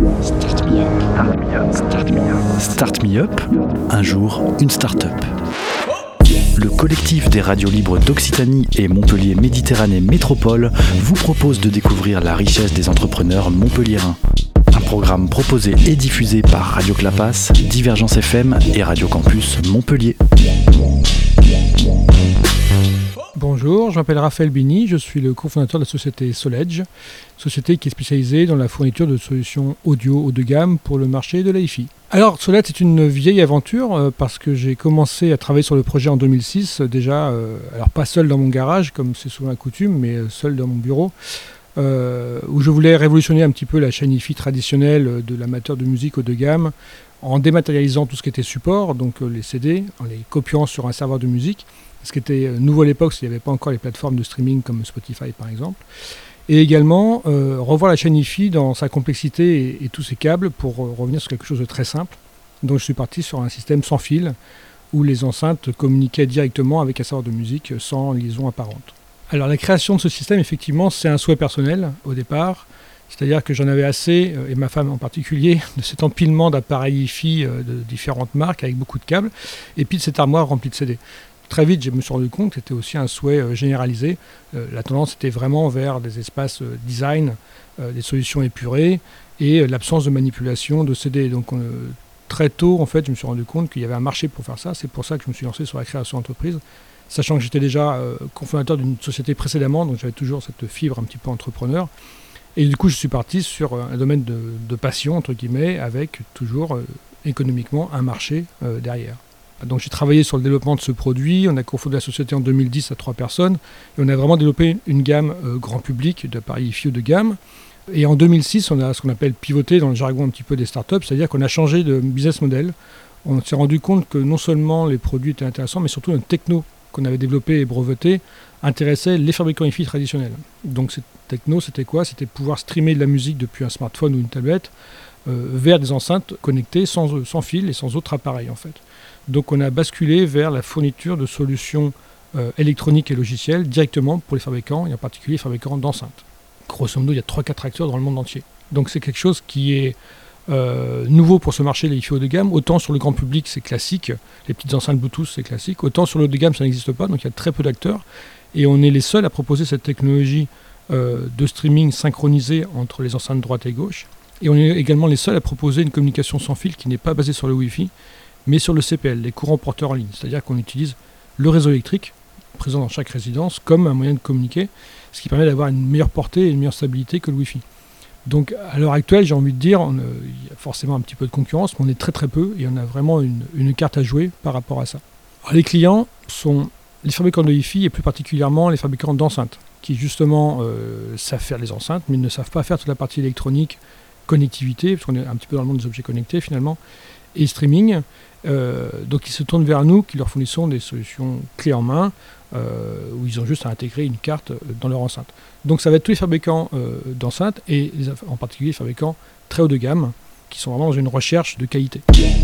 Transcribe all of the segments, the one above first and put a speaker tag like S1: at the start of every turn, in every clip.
S1: Start Me Up, un jour, une start-up. Le collectif des radios libres d'Occitanie et Montpellier Méditerranée Métropole vous propose de découvrir la richesse des entrepreneurs montpelliérains. Un programme proposé et diffusé par Radio Clapas, Divergence FM et Radio Campus Montpellier.
S2: Bonjour, je m'appelle Raphaël Bini, je suis le cofondateur de la société Soledge, société qui est spécialisée dans la fourniture de solutions audio haut de gamme pour le marché de l'hi-fi. Alors Soledge, c'est une vieille aventure parce que j'ai commencé à travailler sur le projet en 2006, déjà, alors pas seul dans mon garage comme c'est souvent la coutume, mais seul dans mon bureau, où je voulais révolutionner un petit peu la chaîne hi-fi traditionnelle de l'amateur de musique haut de gamme en dématérialisant tout ce qui était support, donc les CD, en les copiant sur un serveur de musique. Ce qui était nouveau à l'époque, s'il n'y avait pas encore les plateformes de streaming comme Spotify par exemple. Et également revoir la chaîne hi-fi dans sa complexité et tous ses câbles pour revenir sur quelque chose de très simple. Donc je suis parti sur un système sans fil où les enceintes communiquaient directement avec un serveur de musique sans liaison apparente. Alors la création de ce système, effectivement, c'est un souhait personnel au départ. C'est-à-dire que j'en avais assez, et ma femme en particulier, de cet empilement d'appareils hi-fi de différentes marques avec beaucoup de câbles et puis de cette armoire remplie de CD. Très vite, je me suis rendu compte que c'était aussi un souhait généralisé. La tendance était vraiment vers des espaces design, des solutions épurées et l'absence de manipulation de CD. Donc très tôt, en fait, je me suis rendu compte qu'il y avait un marché pour faire ça. C'est pour ça que je me suis lancé sur la création d'entreprise, sachant que j'étais déjà cofondateur d'une société précédemment, donc j'avais toujours cette fibre un petit peu entrepreneur. Et du coup, je suis parti sur un domaine de passion, entre guillemets, avec toujours économiquement un marché derrière. Donc j'ai travaillé sur le développement de ce produit, on a cofondé la société en 2010 à 3 personnes, et on a vraiment développé une gamme grand public d'appareils hi-fi haut de gamme. Et en 2006, on a ce qu'on appelle pivoter dans le jargon un petit peu des startups, c'est-à-dire qu'on a changé de business model. On s'est rendu compte que non seulement les produits étaient intéressants, mais surtout notre techno qu'on avait développé et breveté intéressait les fabricants hi-fi traditionnels. Donc cette techno, c'était quoi ? C'était pouvoir streamer de la musique depuis un smartphone ou une tablette vers des enceintes connectées sans fil et sans autre appareil en fait. Donc on a basculé vers la fourniture de solutions électroniques et logicielles directement pour les fabricants, et en particulier les fabricants d'enceintes. Grosso modo, il y a 3-4 acteurs dans le monde entier. Donc c'est quelque chose qui est nouveau pour ce marché des hi-fi haut de gamme. Autant sur le grand public, c'est classique, les petites enceintes Bluetooth, c'est classique. Autant sur le haut de gamme, ça n'existe pas, donc il y a très peu d'acteurs. Et on est les seuls à proposer cette technologie de streaming synchronisée entre les enceintes droite et gauche. Et on est également les seuls à proposer une communication sans fil qui n'est pas basée sur le Wi-Fi, mais sur le CPL, les courants porteurs en ligne. C'est-à-dire qu'on utilise le réseau électrique présent dans chaque résidence comme un moyen de communiquer, ce qui permet d'avoir une meilleure portée et une meilleure stabilité que le Wi-Fi. Donc à l'heure actuelle, j'ai envie de dire, il y a forcément un petit peu de concurrence, mais on est très très peu et on a vraiment une carte à jouer par rapport à ça. Alors, les clients sont les fabricants de hi-fi et plus particulièrement les fabricants d'enceintes, qui justement savent faire les enceintes, mais ils ne savent pas faire toute la partie électronique, connectivité, parce qu'on est un petit peu dans le monde des objets connectés finalement, et streaming. Donc ils se tournent vers nous qui leur fournissons des solutions clés en main où ils ont juste à intégrer une carte dans leur enceinte. Donc ça va être tous les fabricants d'enceintes et en particulier les fabricants très haut de gamme qui sont vraiment dans une recherche de qualité.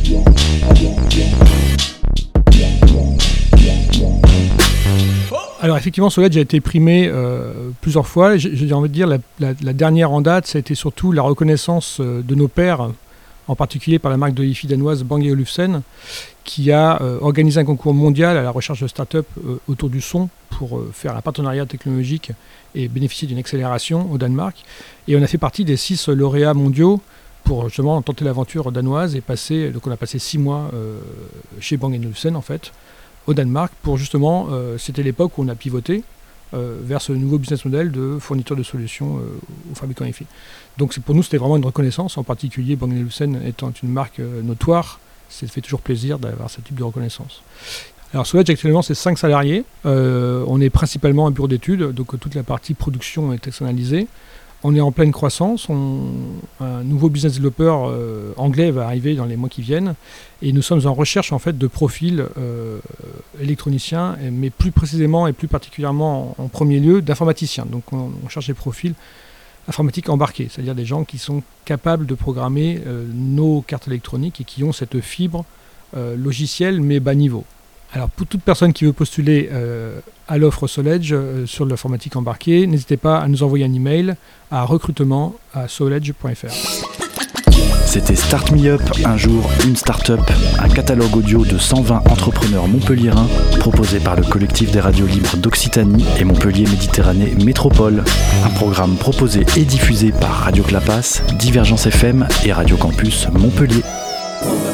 S2: Alors effectivement, Soledge a été primé plusieurs fois. J'ai envie de dire la dernière en date, ça a été surtout la reconnaissance de nos pairs, en particulier par la marque de hi-fi danoise Bang & Olufsen, qui a organisé un concours mondial à la recherche de start-up autour du son pour faire un partenariat technologique et bénéficier d'une accélération au Danemark. Et on a fait partie des 6 lauréats mondiaux pour justement tenter l'aventure danoise et passer. Donc on a passé 6 mois chez Bang & Olufsen en fait, au Danemark, pour justement, c'était l'époque où on a pivoté vers ce nouveau business model de fourniture de solutions aux fabricants hi-fi. Donc pour nous, c'était vraiment une reconnaissance, en particulier Bang & Olufsen étant une marque notoire, ça fait toujours plaisir d'avoir ce type de reconnaissance. Alors Soledge, actuellement, c'est 5 salariés. On est principalement un bureau d'études, donc toute la partie production est externalisée. On est en pleine croissance, un nouveau business developer anglais va arriver dans les mois qui viennent et nous sommes en recherche en fait de profils électroniciens, mais plus précisément et plus particulièrement en premier lieu d'informaticiens. Donc on cherche des profils informatiques embarqués, c'est-à-dire des gens qui sont capables de programmer nos cartes électroniques et qui ont cette fibre logicielle mais bas niveau. Alors pour toute personne qui veut postuler à l'offre Soledge sur l'informatique embarquée, n'hésitez pas à nous envoyer un email à recrutement@soledge.fr.
S1: C'était Start Me Up, un jour, une start-up, un catalogue audio de 120 entrepreneurs montpelliérains proposé par le collectif des radios libres d'Occitanie et Montpellier Méditerranée Métropole. Un programme proposé et diffusé par Radio Clapas, Divergence FM et Radio Campus Montpellier.